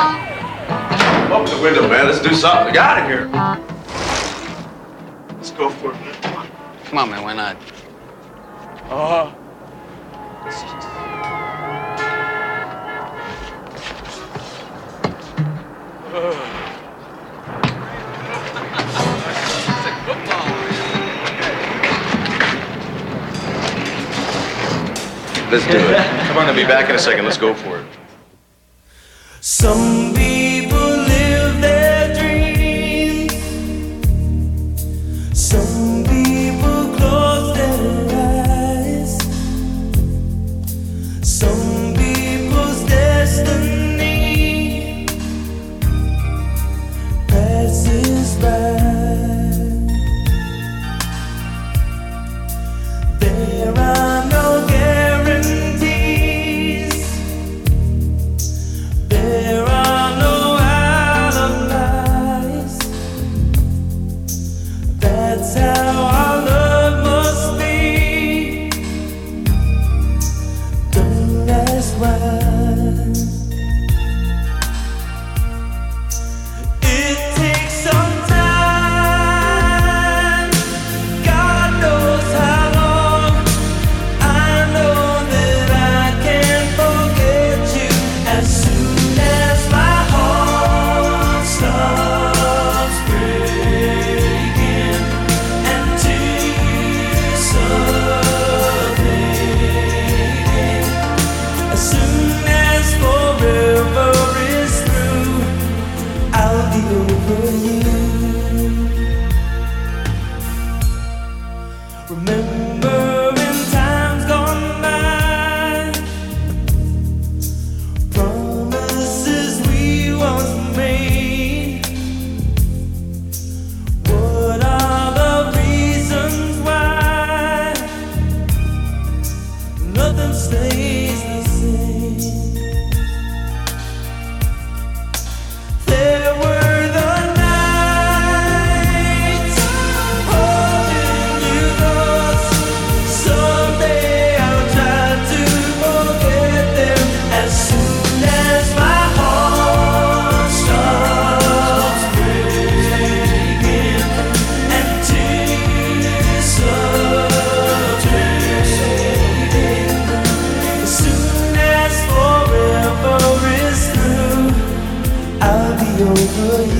Open the window, man. Let's do something. Get out of here. Let's go for it, man. Come on, man. Why not? Let's do it. Come on, I'll be back in a second. Let's go for it. Some people live their dreams. Some people close their eyes. Some people's destiny passes by. There are no guarantees. There are no alibis. That's how our love must be. Don't ask why. It takes some time. God knows how long. I know that I can't forget you as soon as my heart stops breaking and tears start fading. As soon as forever is through, I'll be over you. Remember in times gone by, promises we once made. What are the reasons why nothing stays the same? There were the nights holding you close. Someday I'll try to forget them as soon as my heart stops breaking and tears start fading. As soon as forever is through, I'll be over you.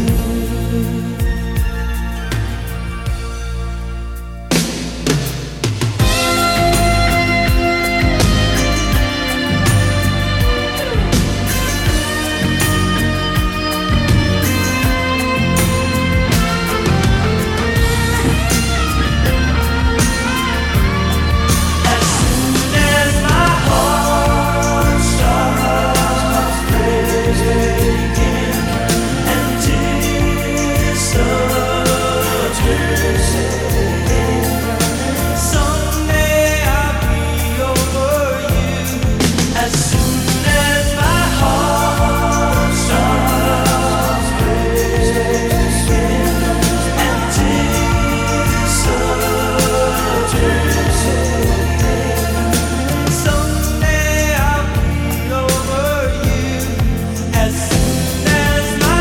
As soon as my heart stops breaking and tears start fading, someday I'll be over you. As soon as my heart stops breaking and tears start fading, someday I'll be over you. As soon as my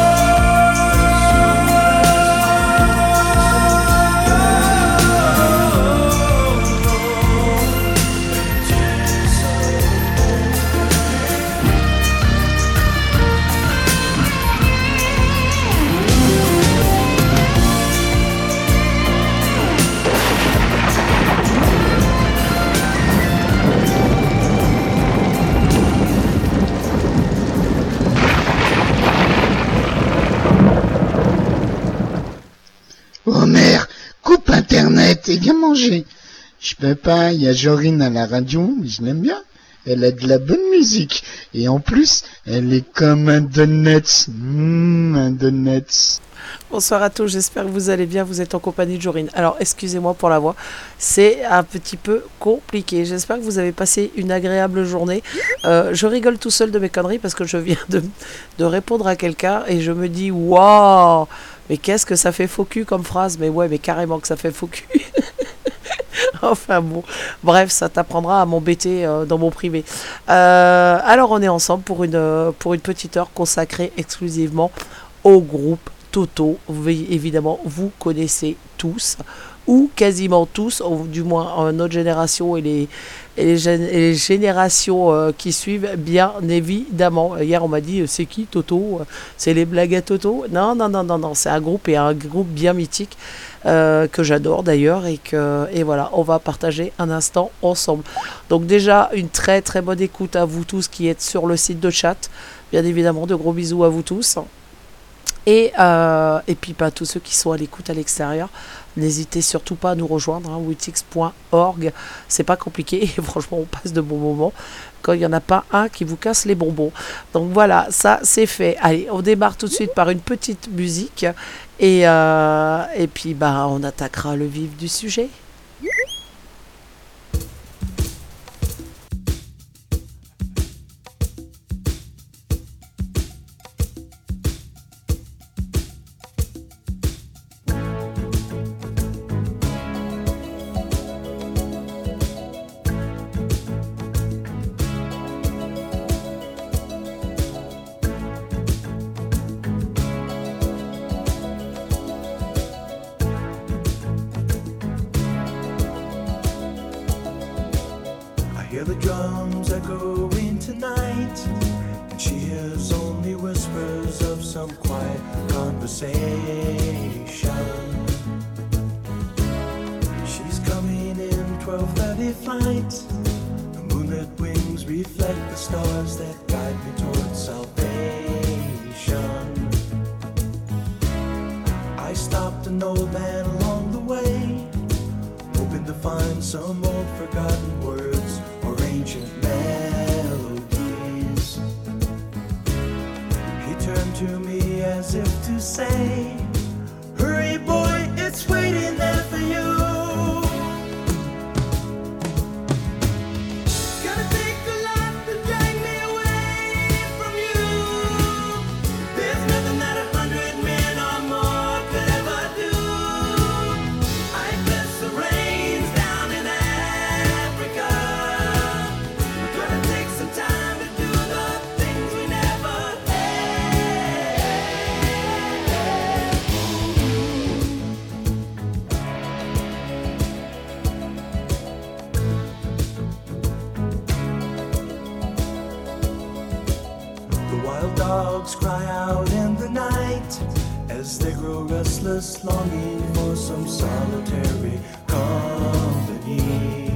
Homer, coupe internet et viens manger. Je peux pas, il y a Jorine à la radio, mais je l'aime bien. Elle a de la bonne musique. Et en plus, elle est comme un donuts. Un donuts. Bonsoir à tous, j'espère que vous allez bien, vous êtes en compagnie de Jorine. Alors excusez-moi pour la voix, c'est un petit peu compliqué. J'espère que vous avez passé une agréable journée. Je rigole tout seul de mes conneries parce que je viens de répondre à quelqu'un et je me dis waouh, mais qu'est-ce que ça fait faux cul comme phrase. Mais ouais, mais carrément que ça fait faux cul. Enfin bon, bref, ça t'apprendra à m'embêter dans mon privé. Alors on est ensemble pour une petite heure consacrée exclusivement au groupe Toto. Évidemment, vous connaissez tous, ou quasiment tous, ou du moins notre génération et les générations qui suivent, bien évidemment. Hier, on m'a dit, c'est qui Toto? C'est les blagues à Toto? Non, non, non, non, non, c'est un groupe bien mythique que j'adore d'ailleurs et voilà, on va partager un instant ensemble. Donc déjà, une très très bonne écoute à vous tous qui êtes sur le site de chat. Bien évidemment, de gros bisous à vous tous. Et puis pas tous ceux qui sont à l'écoute à l'extérieur, n'hésitez surtout pas à nous rejoindre, witix.org, c'est pas compliqué et franchement on passe de bons moments quand il n'y en a pas un qui vous casse les bonbons. Donc voilà, ça c'est fait. Allez, on démarre tout de suite par une petite musique et puis on attaquera le vif du sujet. Hear the drums echoing tonight, and she hears only whispers of some quiet conversation. She's coming in 12:30 flight. The moonlit wings reflect the stars that guide me towards salvation. I stopped an old man along the way, hoping to find some old forgotten words or ancient melodies. He turned to me as if to say, hurry boy, it's waiting there for you. Gonna take a lot to drag me away from you. There's nothing that 100 men or more could ever do. I bless the rains down in Africa. We're gonna take some time to do the things we never had. The wild dogs cry out in the night as they grow restless, longing for some solitary company.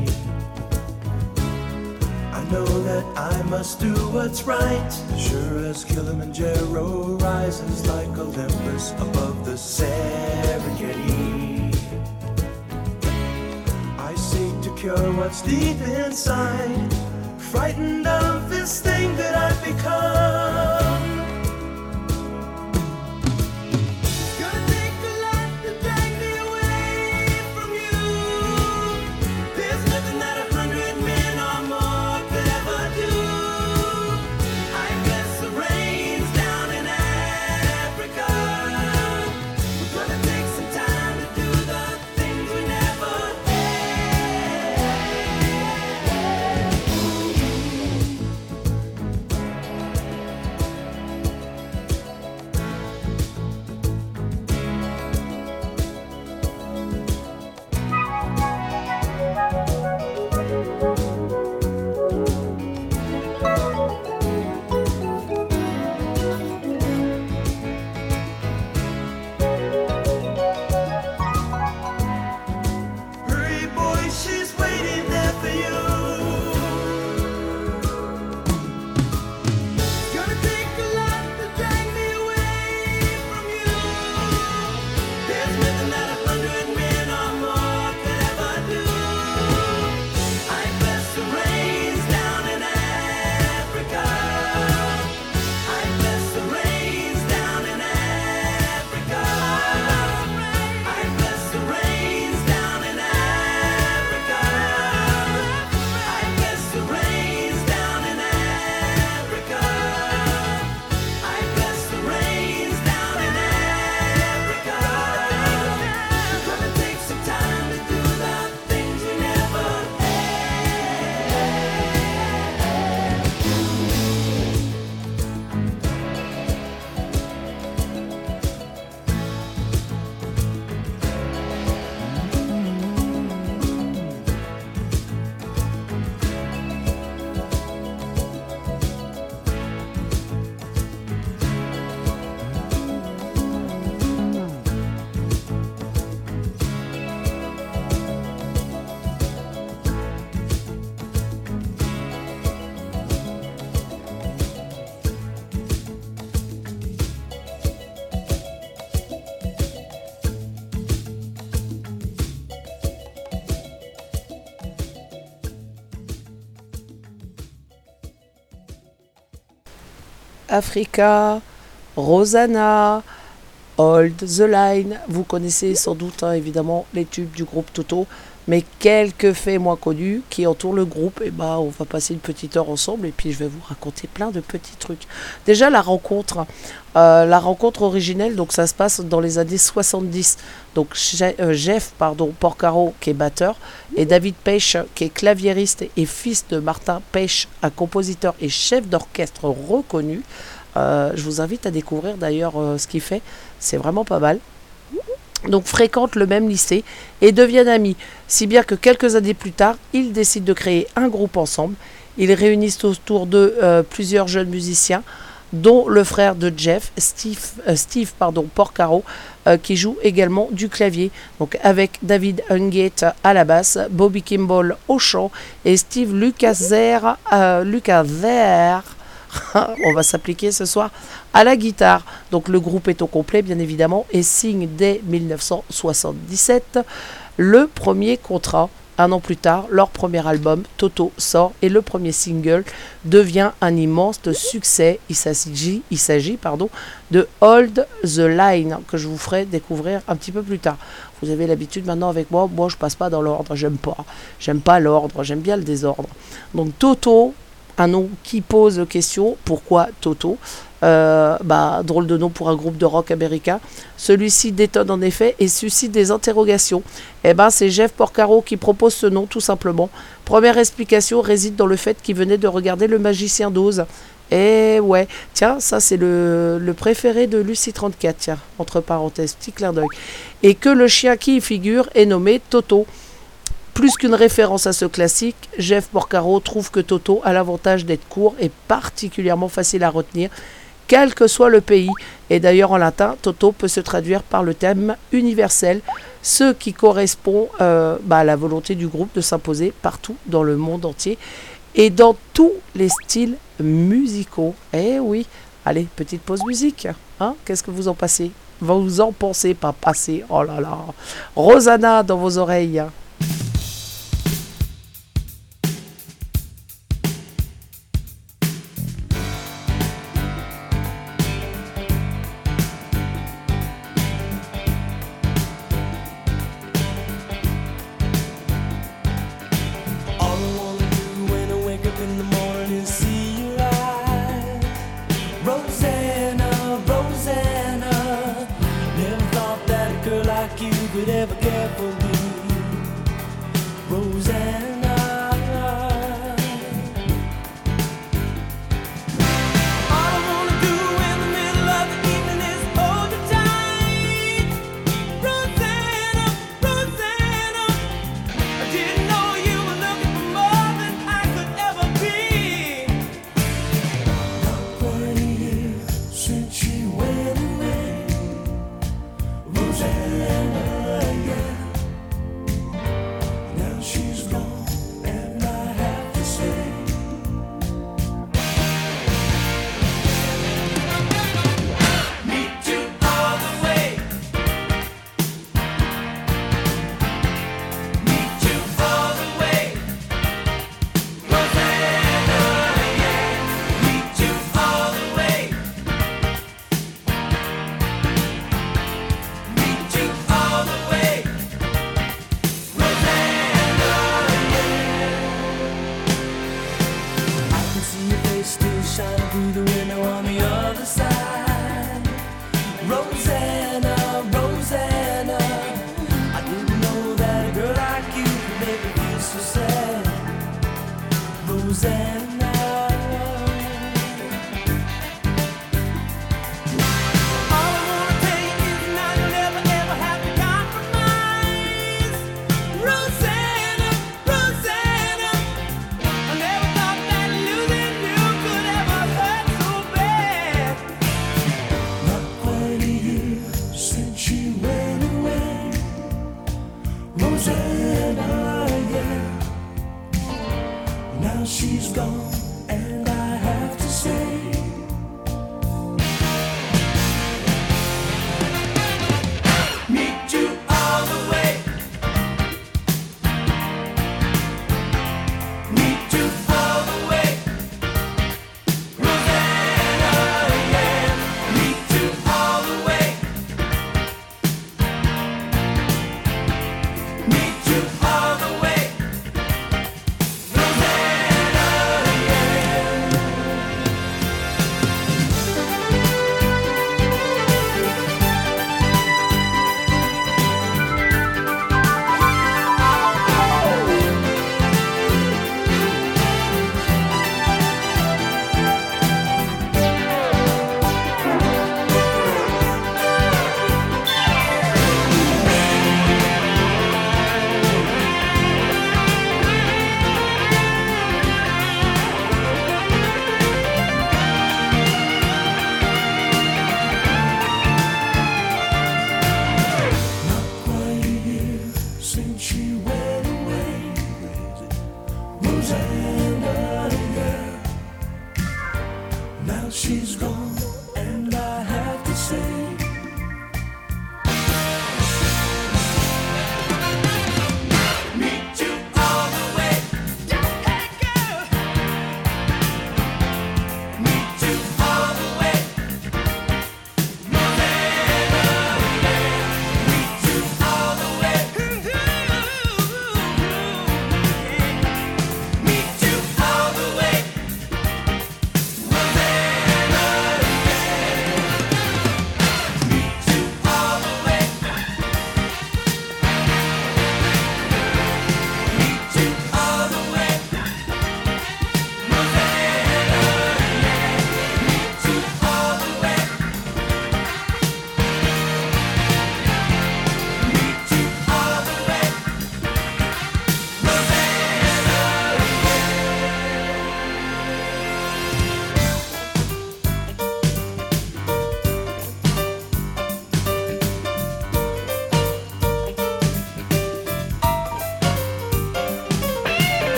I know that I must do what's right, sure as Kilimanjaro rises like Olympus above the Serengeti. I seek to cure what's deep inside, frightened of this thing that I've become. Gonna take a lot to drag me away from you. There's nothing that 100 men or more could ever do. I bless the rains down in Africa. We're gonna take some time to do the things we never had. Africa, Rosanna, Hold the Line. Vous connaissez sans doute évidemment les tubes du groupe Toto, mais quelques faits moins connus qui entourent le groupe. Et on va passer une petite heure ensemble et puis je vais vous raconter plein de petits trucs. Déjà la rencontre originelle, donc ça se passe dans les années 70. Donc Jeff Porcaro qui est batteur et David Paich qui est claviériste et fils de Martin Paich, un compositeur et chef d'orchestre reconnu. Je vous invite à découvrir d'ailleurs ce qu'il fait, c'est vraiment pas mal. Donc fréquentent le même lycée et deviennent amis, si bien que quelques années plus tard, ils décident de créer un groupe ensemble. Ils réunissent autour d'eux plusieurs jeunes musiciens, dont le frère de Jeff, Steve Porcaro, qui joue également du clavier. Donc avec David Hungate à la basse, Bobby Kimball au chant et Steve Lukather, on va s'appliquer ce soir, à la guitare. Donc le groupe est au complet bien évidemment et signe dès 1977 le premier contrat. Un an plus tard, leur premier album, Toto, sort et le premier single devient un immense succès. Il s'agit de Hold the Line, que je vous ferai découvrir un petit peu plus tard. Vous avez l'habitude maintenant avec moi, je passe pas dans l'ordre, j'aime pas l'ordre, j'aime bien le désordre. Donc Toto, un nom qui pose question, pourquoi Toto ? Drôle de nom pour un groupe de rock américain. Celui-ci détonne en effet et suscite des interrogations. C'est Jeff Porcaro qui propose ce nom tout simplement. Première explication réside dans le fait qu'il venait de regarder Le Magicien d'Oz. Et ouais, tiens, ça c'est le préféré de Lucie 34, tiens, entre parenthèses, petit clin d'œil. Et que le chien qui y figure est nommé Toto. Plus qu'une référence à ce classique, Jeff Porcaro trouve que Toto a l'avantage d'être court et particulièrement facile à retenir, quel que soit le pays. Et d'ailleurs en latin, Toto peut se traduire par le thème universel, ce qui correspond à la volonté du groupe de s'imposer partout dans le monde entier et dans tous les styles musicaux. Eh oui, allez, petite pause musique. Qu'est-ce que vous en pensez ? Vous en pensez, pas passer. Oh là là. Rosanna dans vos oreilles.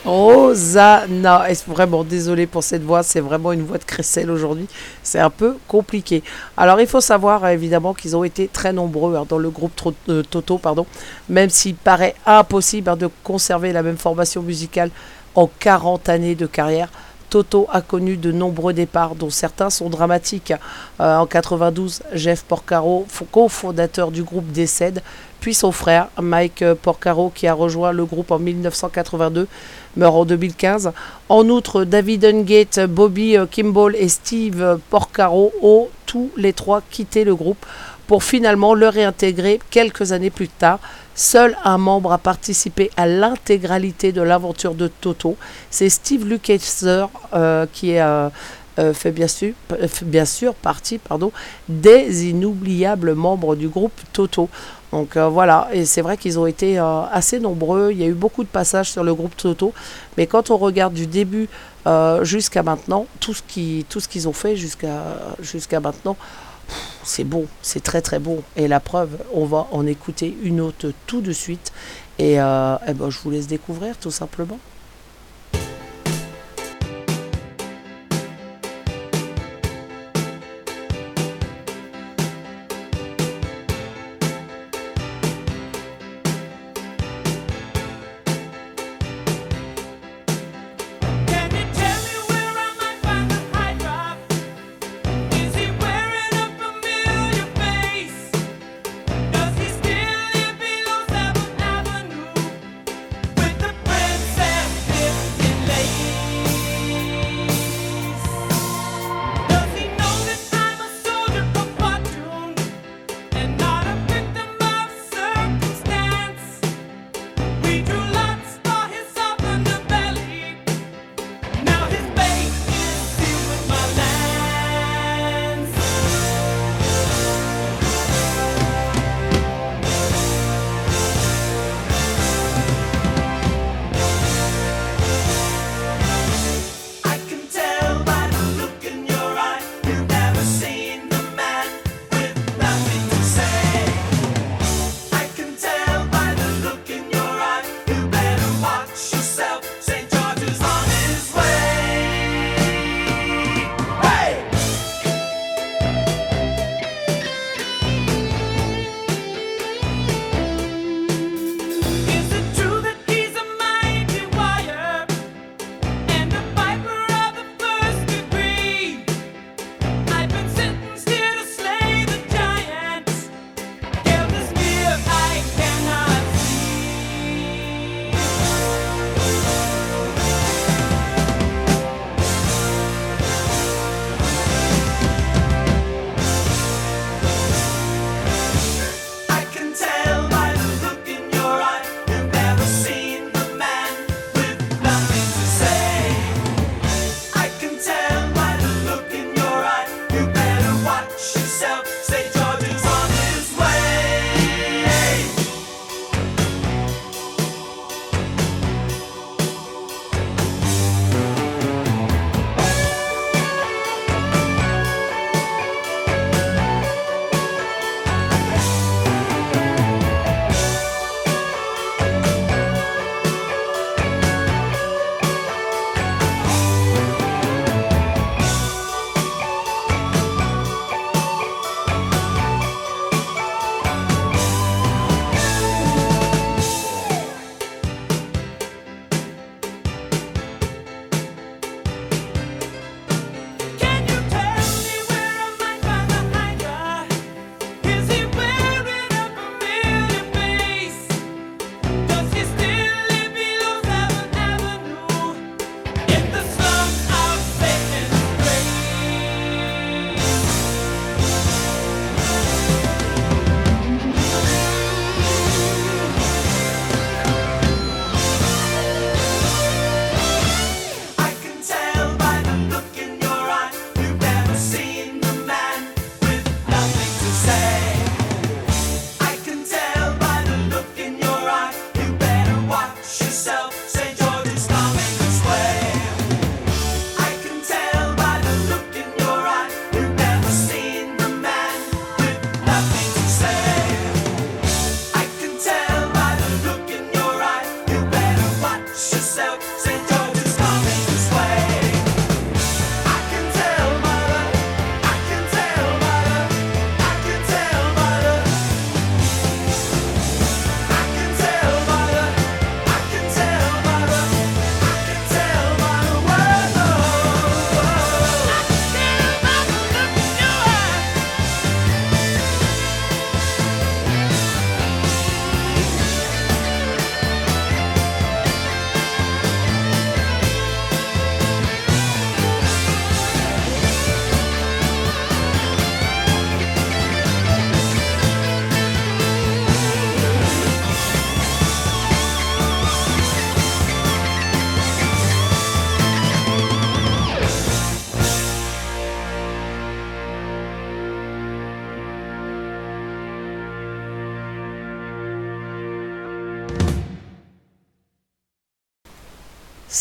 Rosanna. Et vraiment, désolé pour cette voix, c'est vraiment une voix de crécelle aujourd'hui. C'est un peu compliqué. Alors, il faut savoir évidemment qu'ils ont été très nombreux dans le groupe Toto, pardon, même s'il paraît impossible de conserver la même formation musicale en 40 années de carrière. Toto a connu de nombreux départs, dont certains sont dramatiques. En 92, Jeff Porcaro, cofondateur du groupe, décède, puis son frère, Mike Porcaro, qui a rejoint le groupe en 1982, meurt en 2015. En outre, David Hungate, Bobby Kimball et Steve Porcaro ont tous les trois quitté le groupe pour finalement le réintégrer quelques années plus tard. Seul un membre a participé à l'intégralité de l'aventure de Toto. C'est Steve Lukather qui fait bien sûr partie des inoubliables membres du groupe Toto. Donc voilà, et c'est vrai qu'ils ont été assez nombreux. Il y a eu beaucoup de passages sur le groupe Toto, mais quand on regarde du début jusqu'à maintenant, tout ce qu'ils ont fait jusqu'à maintenant, c'est bon, c'est très très bon. Et la preuve, on va en écouter une autre tout de suite. Et je vous laisse découvrir tout simplement. Can you tell me where I might find the high drop? Is he wearing a familiar face? Does he still live below 7th Avenue with the princess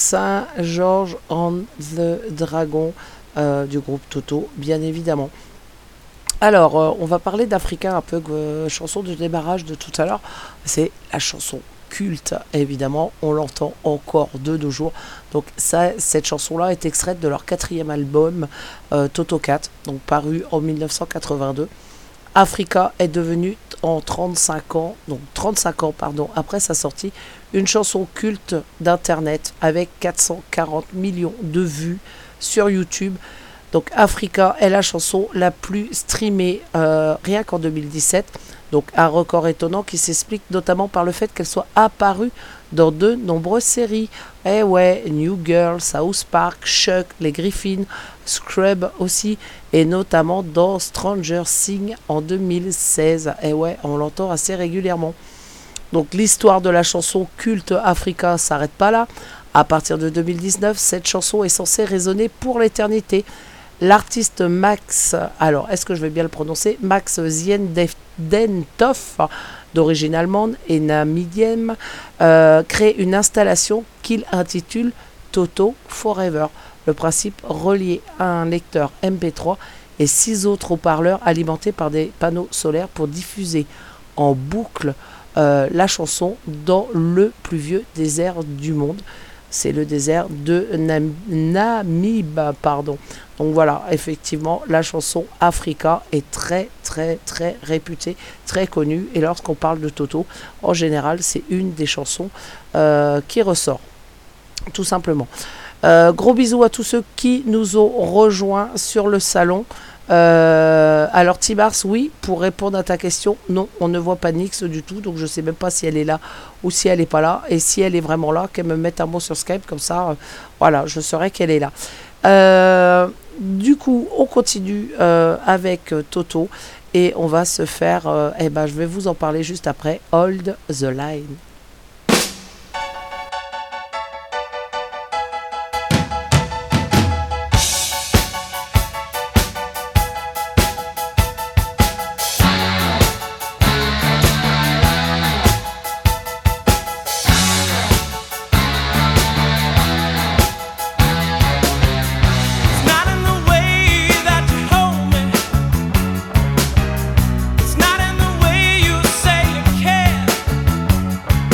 Saint George and the Dragon du groupe Toto, bien évidemment. Alors, on va parler d'Africa un peu, chanson de démarrage de tout à l'heure. C'est la chanson culte, évidemment, on l'entend encore de nos jours. Donc ça, cette chanson-là est extraite de leur 4e album, Toto 4, donc paru en 1982. Africa est devenue en 35 ans après sa sortie, une chanson culte d'internet avec 440 millions de vues sur YouTube. Donc Africa est la chanson la plus streamée rien qu'en 2017. Donc un record étonnant qui s'explique notamment par le fait qu'elle soit apparue dans de nombreuses séries. Eh ouais, New Girl, South Park, Chuck, les Griffins, Scrub aussi, et notamment dans Stranger Things en 2016. Eh ouais, on l'entend assez régulièrement. Donc l'histoire de la chanson culte Africa s'arrête pas là. À partir de 2019, cette chanson est censée résonner pour l'éternité. L'artiste Max, alors est-ce que je vais bien le prononcer, Max Ziendentov, d'origine allemande et namibienne, crée une installation qu'il intitule Toto Forever. Le principe, relié à un lecteur MP3 et 6 autres haut-parleurs alimentés par des panneaux solaires pour diffuser en boucle la chanson dans le plus vieux désert du monde. C'est le désert de Namib, pardon. Donc voilà, effectivement, la chanson Africa est très très très réputée, très connue. Et lorsqu'on parle de Toto, en général, c'est une des chansons qui ressort, tout simplement. Gros bisous à tous ceux qui nous ont rejoints sur le salon. Alors Tibars, oui, pour répondre à ta question, non, on ne voit pas Nix du tout, donc je sais même pas si elle est là ou si elle est pas là, et si elle est vraiment là, qu'elle me mette un mot sur Skype, comme ça, voilà, je saurai qu'elle est là. Du coup, on continue avec Toto, et on va se faire, je vais vous en parler juste après, Hold the Line. It's not in the way that you hold me. It's not in the way you say you care.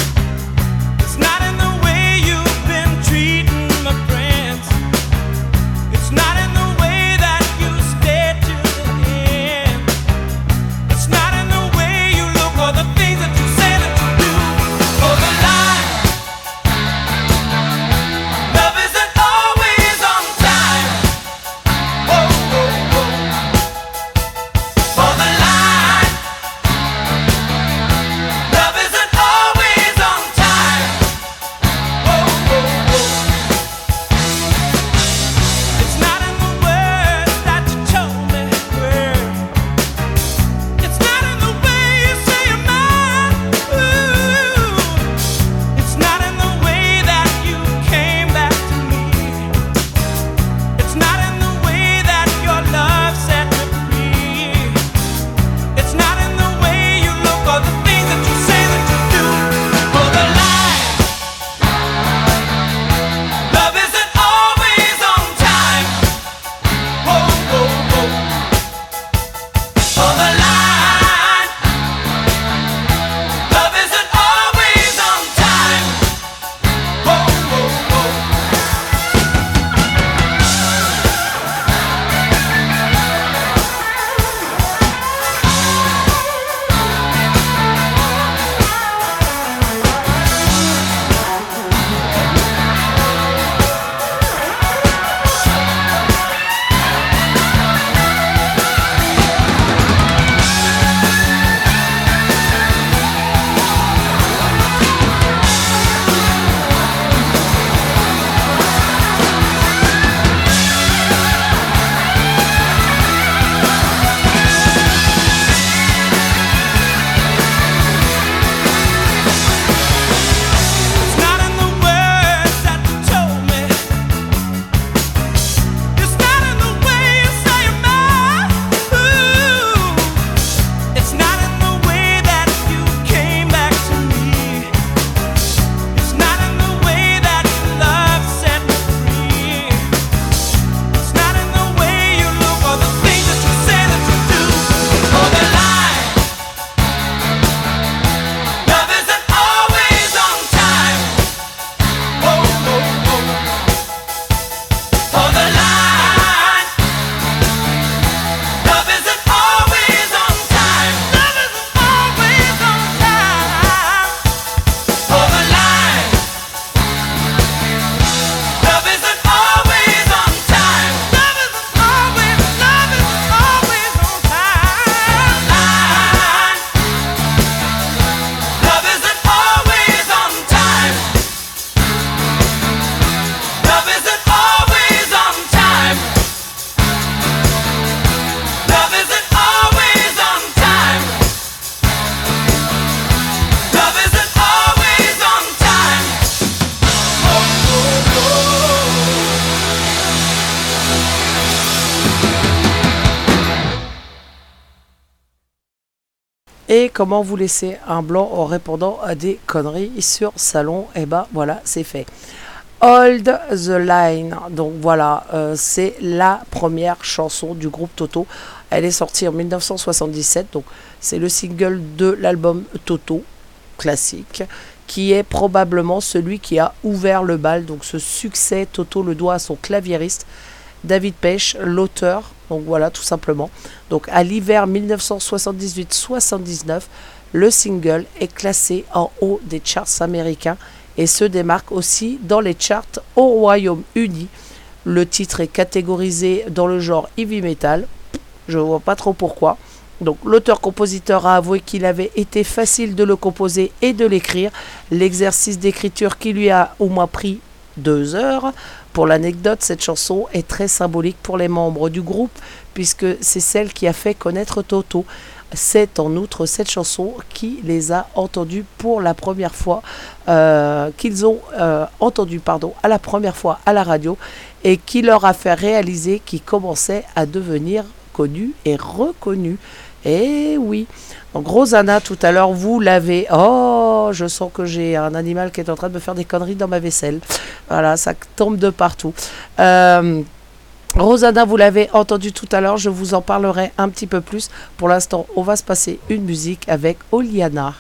Et comment vous laisser un blanc en répondant à des conneries sur Salon? Et ben voilà, c'est fait. Hold the Line, donc voilà, c'est la première chanson du groupe Toto. Elle est sortie en 1977, donc c'est le single de l'album Toto, classique, qui est probablement celui qui a ouvert le bal. Donc ce succès, Toto le doit à son claviériste, David Paich, l'auteur, donc voilà, tout simplement. Donc à l'hiver 1978-79, le single est classé en haut des charts américains et se démarque aussi dans les charts au Royaume-Uni. Le titre est catégorisé dans le genre heavy metal, je vois pas trop pourquoi. Donc l'auteur-compositeur a avoué qu'il avait été facile de le composer et de l'écrire, l'exercice d'écriture qui lui a au moins pris 2 heures. Pour l'anecdote, cette chanson est très symbolique pour les membres du groupe puisque c'est celle qui a fait connaître Toto. C'est en outre cette chanson qui les a entendus pour la première fois, qu'ils ont entendu à la première fois à la radio et qui leur a fait réaliser qu'ils commençaient à devenir connus et reconnus. Et oui. Donc Rosanna, tout à l'heure, vous l'avez... Oh, je sens que j'ai un animal qui est en train de me faire des conneries dans ma vaisselle. Voilà, ça tombe de partout. Rosanna, vous l'avez entendu tout à l'heure, je vous en parlerai un petit peu plus. Pour l'instant, on va se passer une musique avec Oliana.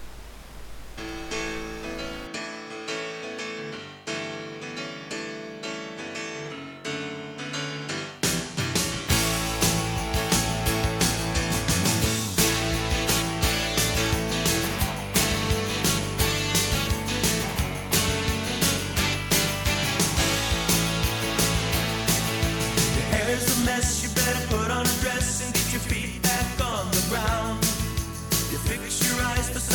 Hair's a mess, you better put on a dress and get your feet back on the ground. You fix your eyes for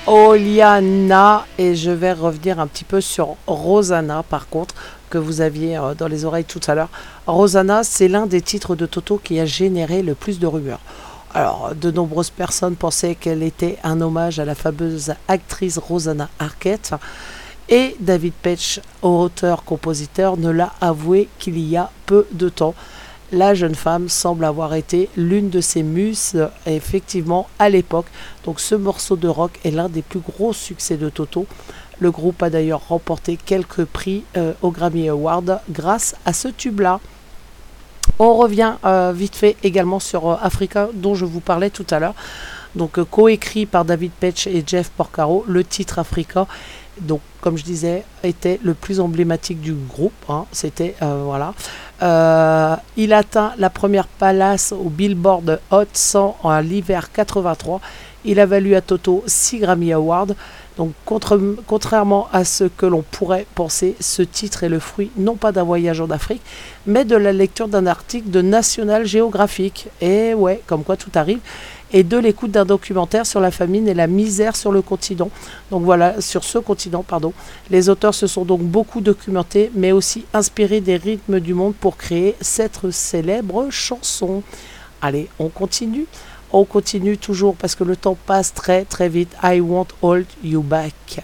Oliana, et je vais revenir un petit peu sur Rosanna par contre, que vous aviez dans les oreilles tout à l'heure. Rosanna, c'est l'un des titres de Toto qui a généré le plus de rumeurs. Alors, de nombreuses personnes pensaient qu'elle était un hommage à la fameuse actrice Rosanna Arquette, et David Paich, auteur-compositeur, ne l'a avoué qu'il y a peu de temps. La jeune femme semble avoir été l'une de ses muses, effectivement, à l'époque. Donc ce morceau de rock est l'un des plus gros succès de Toto. Le groupe a d'ailleurs remporté quelques prix au Grammy Award grâce à ce tube-là. On revient vite fait également sur Africa, dont je vous parlais tout à l'heure. Donc coécrit par David Paich et Jeff Porcaro, le titre Africa, donc comme je disais, était le plus emblématique du groupe. Hein. C'était voilà. Il atteint la première place au Billboard Hot 100 en l'hiver 83. Il a valu à Toto 6 Grammy Awards. Donc contrairement à ce que l'on pourrait penser, ce titre est le fruit non pas d'un voyage en Afrique, mais de la lecture d'un article de National Geographic. Et ouais, comme quoi tout arrive. Et de l'écoute d'un documentaire sur la famine et la misère sur le continent. Donc voilà, sur ce continent, pardon. Les auteurs se sont donc beaucoup documentés, mais aussi inspirés des rythmes du monde pour créer cette célèbre chanson. Allez, on continue. On continue toujours parce que le temps passe très très vite. I won't hold you back.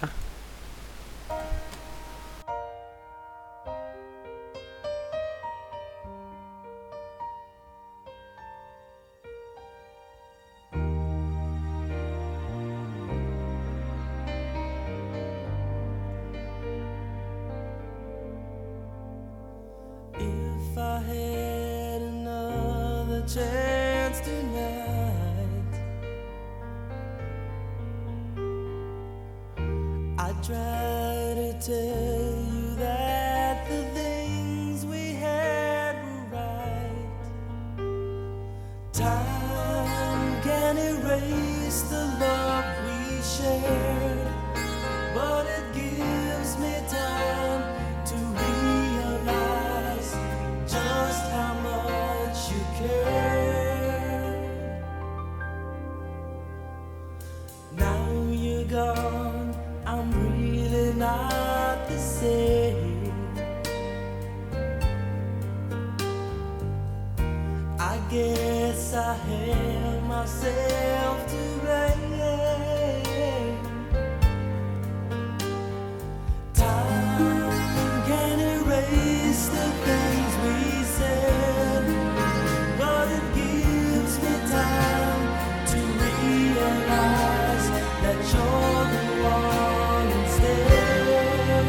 If I had another chance tonight, I'd try to tell you that the things we had were right. Time can erase the love we shared, but it gives me time to realize just how much you care. Now you're gone, I'm really not the same. I guess I held myself to blame. Time can erase the things we said, but it gives me time to realize that you're the one instead.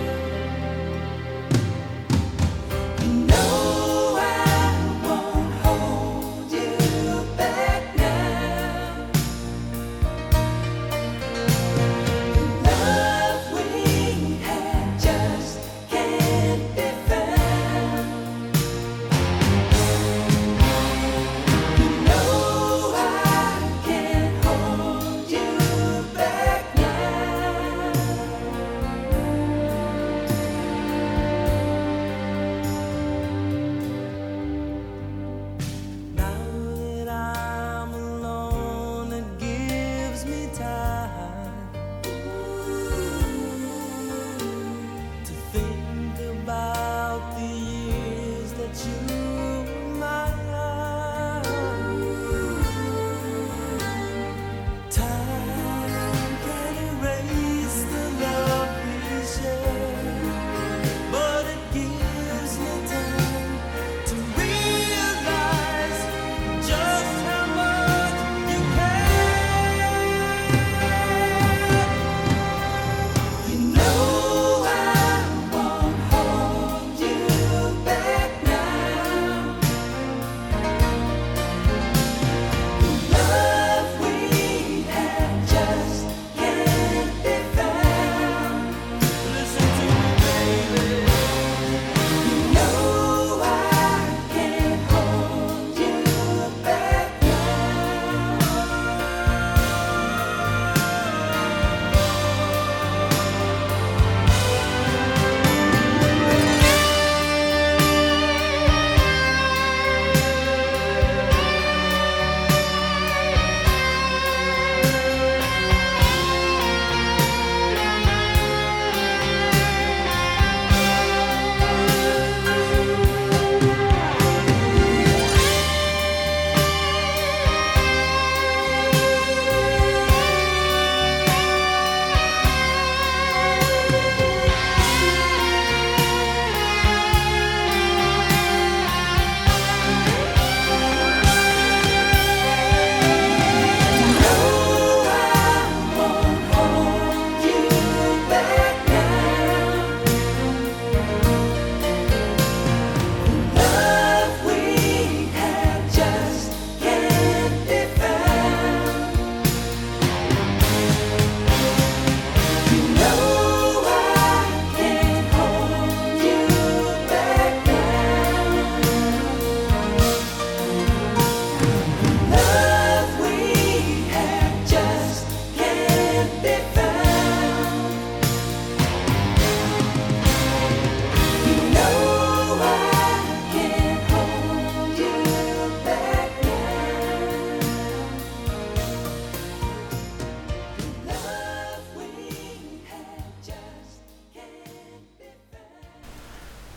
You know I won't hold you back now.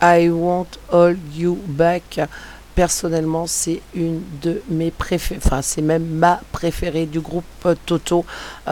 I Want All You Back. Personnellement, c'est une de mes préférées, enfin, c'est même ma préférée du groupe Toto.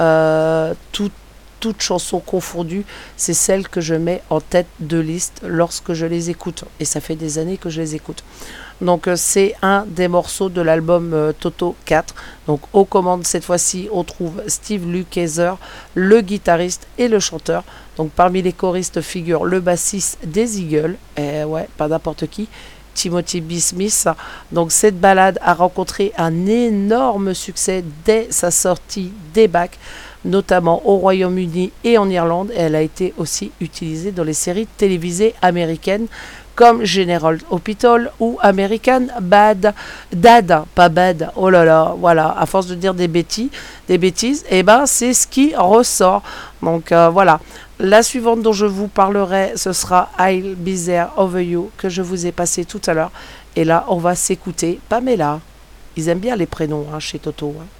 Toutes chansons confondues, c'est celle que je mets en tête de liste lorsque je les écoute. Et ça fait des années que je les écoute. Donc c'est un des morceaux de l'album Toto 4. Donc aux commandes cette fois-ci, on trouve Steve Lukather, le guitariste et le chanteur. Donc parmi les choristes figure le bassiste des Eagles, et ouais, pas n'importe qui, Timothy B. Smith. Donc cette balade a rencontré un énorme succès dès sa sortie des bacs, notamment au Royaume-Uni et en Irlande. Et elle a été aussi utilisée dans les séries télévisées américaines comme General Hospital ou American Dad, pas Bad, oh là là, voilà, à force de dire des bêtises, et ben c'est ce qui ressort. Donc voilà, la suivante dont je vous parlerai, ce sera I'll Be There Over You, que je vous ai passé tout à l'heure, et là on va s'écouter Pamela. Ils aiment bien les prénoms hein, chez Toto. Hein.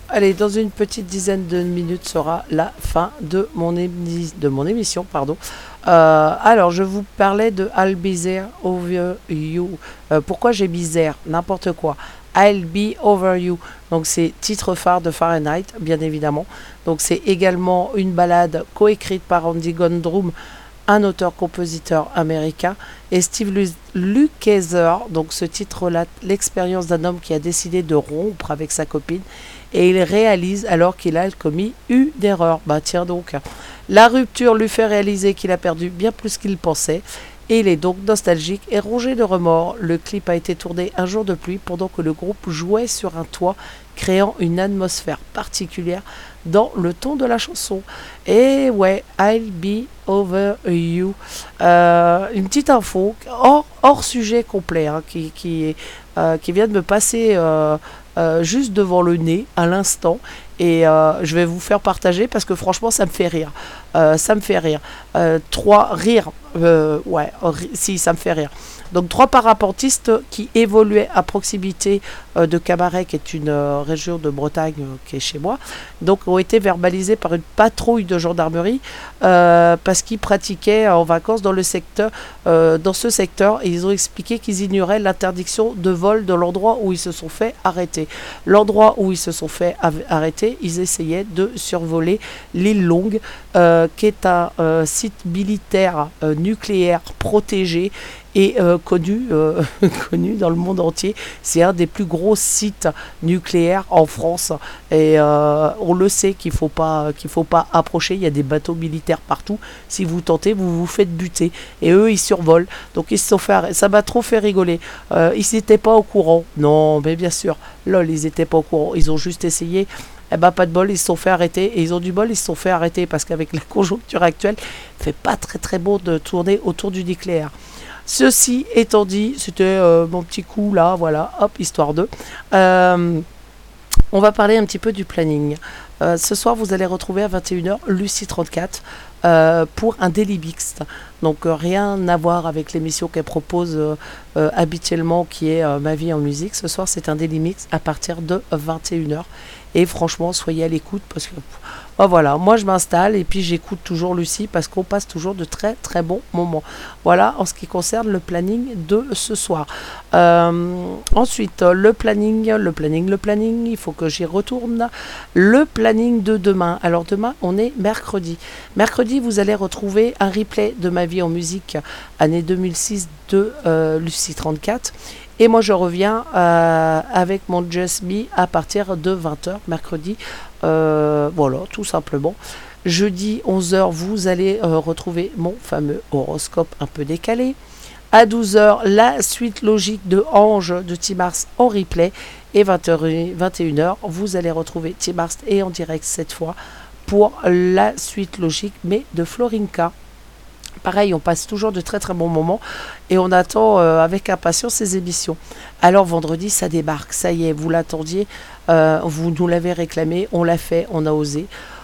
allez, dans une petite dizaine de minutes sera la fin de mon émission, pardon. Alors, je vous parlais de I'll Be There Over You. Pourquoi j'ai bizarre? N'importe quoi. I'll Be Over You. Donc, c'est titre phare de Fahrenheit, bien évidemment. Donc, c'est également une ballade coécrite par Andy Gondrum, un auteur-compositeur américain, et Steve Lukather. Donc, ce titre relate l'expérience d'un homme qui a décidé de rompre avec sa copine, et il réalise alors qu'il a commis une erreur. Bah, tiens donc. La rupture lui fait réaliser qu'il a perdu bien plus qu'il pensait, et il est donc nostalgique et rongé de remords. Le clip a été tourné un jour de pluie pendant que le groupe jouait sur un toit, créant une atmosphère particulière dans le ton de la chanson. Et ouais, I'll Be Over You. Une petite info, hors sujet complet, hein, qui vient de me passer juste devant le nez à l'instant. Et je vais vous faire partager parce que franchement ça me fait rire. Ça me fait rire. Si, ça me fait rire. Donc 3 parapentistes qui évoluaient à proximité de Camaret, qui est une région de Bretagne qui est chez moi, donc ont été verbalisés par une patrouille de gendarmerie parce qu'ils pratiquaient en vacances dans ce secteur, et ils ont expliqué qu'ils ignoraient l'interdiction de vol de l'endroit où ils se sont fait arrêter. L'endroit où ils se sont fait arrêter, ils essayaient de survoler l'île Longue, qui est un site militaire nucléaire protégé et connu dans le monde entier. C'est un des plus gros sites nucléaires en France, et on le sait qu'il faut pas approcher. Il y a des bateaux militaires partout. Si vous tentez, vous vous faites buter. Et eux, ils survolent. Donc ils se sont fait. Ça m'a trop fait rigoler. Ils n'étaient pas au courant. Non, mais bien sûr. Lol, ils n'étaient pas au courant. Ils ont juste essayé. Eh ben, pas de bol, ils se sont fait arrêter. Et ils ont du bol, ils se sont fait arrêter parce qu'avec la conjoncture actuelle, il fait pas très très beau de tourner autour du nucléaire. Ceci étant dit, c'était mon petit coup là, voilà, hop, histoire de. On va parler un petit peu du planning. Ce soir, vous allez retrouver à 21h Lucie 34 pour un Daily Mixte. Donc rien à voir avec l'émission qu'elle propose habituellement, qui est Ma vie en musique. Ce soir, c'est un Daily Mix à partir de 21h. Et franchement, soyez à l'écoute parce que voilà, moi je m'installe et puis j'écoute toujours Lucie parce qu'on passe toujours de très très bons moments. Voilà en ce qui concerne le planning de ce soir. Ensuite, le planning, il faut que j'y retourne. Le planning de demain. Alors demain, on est mercredi. Mercredi, vous allez retrouver un replay de Ma vie en musique, année 2006 de Lucie 34. Et moi, je reviens avec mon Just Me à partir de 20h, mercredi. Voilà, tout simplement. Jeudi, 11h, vous allez retrouver mon fameux horoscope un peu décalé. À 12h, la suite logique de Ange de Timars en replay. Et 21h, vous allez retrouver Timars et en direct cette fois pour la suite logique, mais de Florinka. Pareil, on passe toujours de très très bons moments et on attend avec impatience ces émissions. Alors vendredi, ça débarque, ça y est, vous l'attendiez, vous nous l'avez réclamé, on l'a fait, on a osé.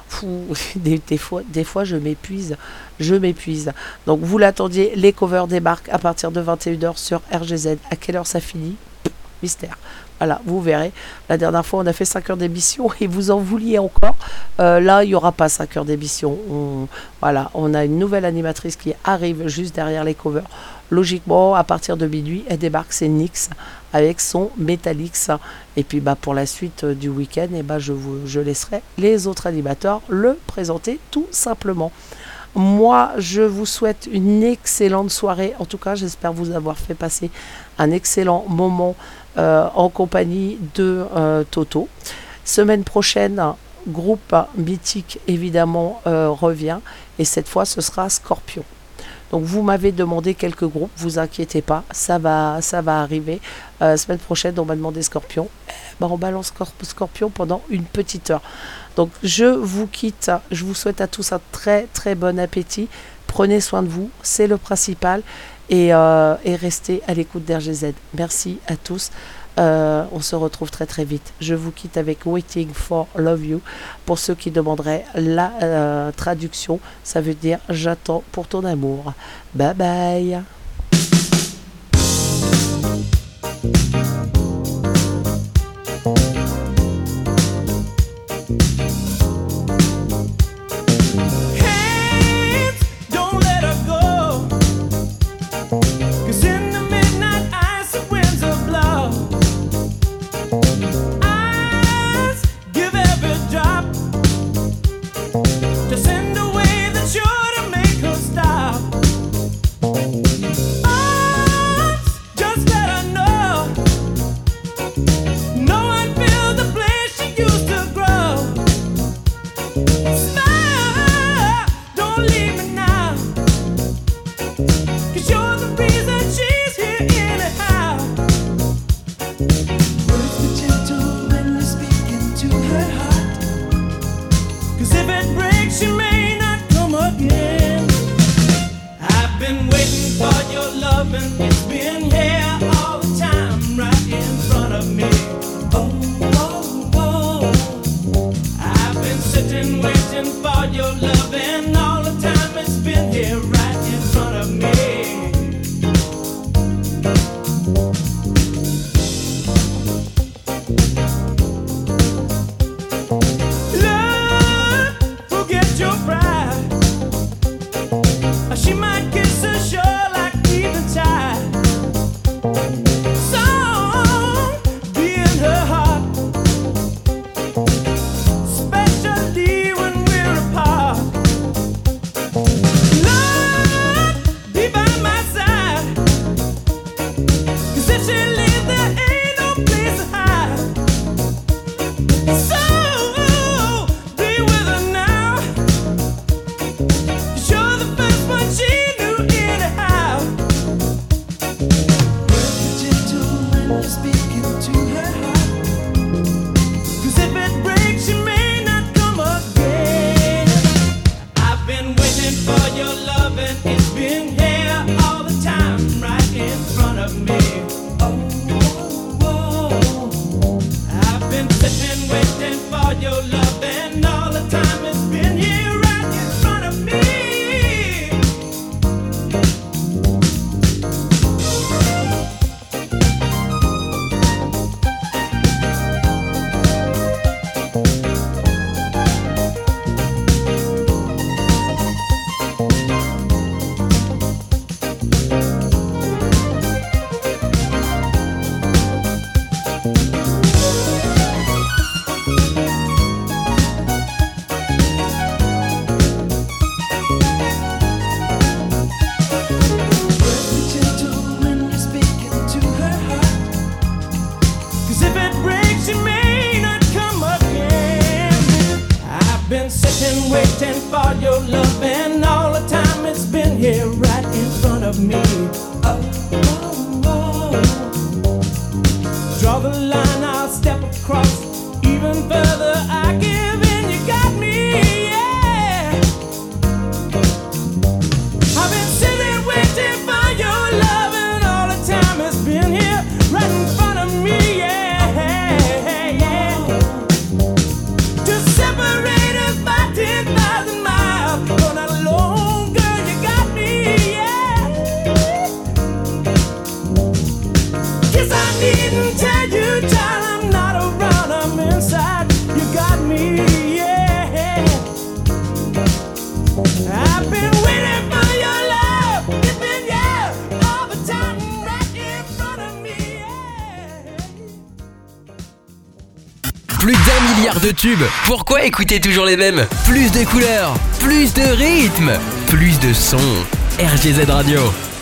Des fois je m'épuise. Donc vous l'attendiez, les covers débarquent à partir de 21h sur RGZ. À quelle heure ça finit? Mystère. Voilà, vous verrez. La dernière fois, on a fait 5 heures d'émission et vous en vouliez encore. Là, il n'y aura pas 5 heures d'émission. On a une nouvelle animatrice qui arrive juste derrière les covers. Logiquement, à partir de minuit, elle débarque, c'est Nix avec son Metalix. Et puis, pour la suite du week-end, je laisserai les autres animateurs le présenter tout simplement. Moi, je vous souhaite une excellente soirée. En tout cas, j'espère vous avoir fait passer un excellent moment en compagnie de Toto. Semaine prochaine, groupe mythique évidemment revient, et cette fois ce sera Scorpion. Donc vous m'avez demandé quelques groupes, vous inquiétez pas, ça va arriver. Semaine prochaine on m'a demandé Scorpion, on balance Scorpion pendant une petite heure. Donc je vous quitte, je vous souhaite à tous un très très bon appétit, prenez soin de vous, c'est le principal. Et restez à l'écoute d'RGZ. Merci à tous. On se retrouve très très vite. Je vous quitte avec Waiting for Love You. Pour ceux qui demanderaient la traduction, ça veut dire j'attends pour ton amour. Bye bye. loving, it's been here all the time, right in front of me. Oh, oh, oh. I've been sitting waiting for your loving all the time, it's been here right in front of me. She might kiss her sure like evening tide. So be in her heart, especially when we're apart. Lord, be by my side, 'cause if she leaves there ain't no place to hide. So be with her now, 'cause you're the first one she knew anyhow. Be gentle when you're speaking to her heart, 'cause if it breaks she may not come again. I've been waiting for your loving, it's been here all the time, right in front of me. Oh, oh, oh. I've been sitting waiting for your loving all the time, it's been here right in front of me. Be gentle when you're speaking to her heart, 'cause if it breaks she may not come again. I've been sitting waiting for your loving all the time, it's been here right in front of me. Oh, oh, oh. Draw the line, I'll step across even further. I give in, you got me, yeah. I've been sitting waiting for your loving all the time, it's been here right in front of me, yeah, yeah. To separate us by 10,000 miles, you're not alone, girl, you got me, yeah. Guess I needn't tell you, child, I'm not around, I'm inside, you got me, yeah. I've been waiting for your love, it's been here all the time, right in front of me, yeah. Plus d'1 milliard de tubes. Pourquoi écouter toujours les mêmes? Plus de couleurs, plus de rythme, plus de sons. RGZ Radio.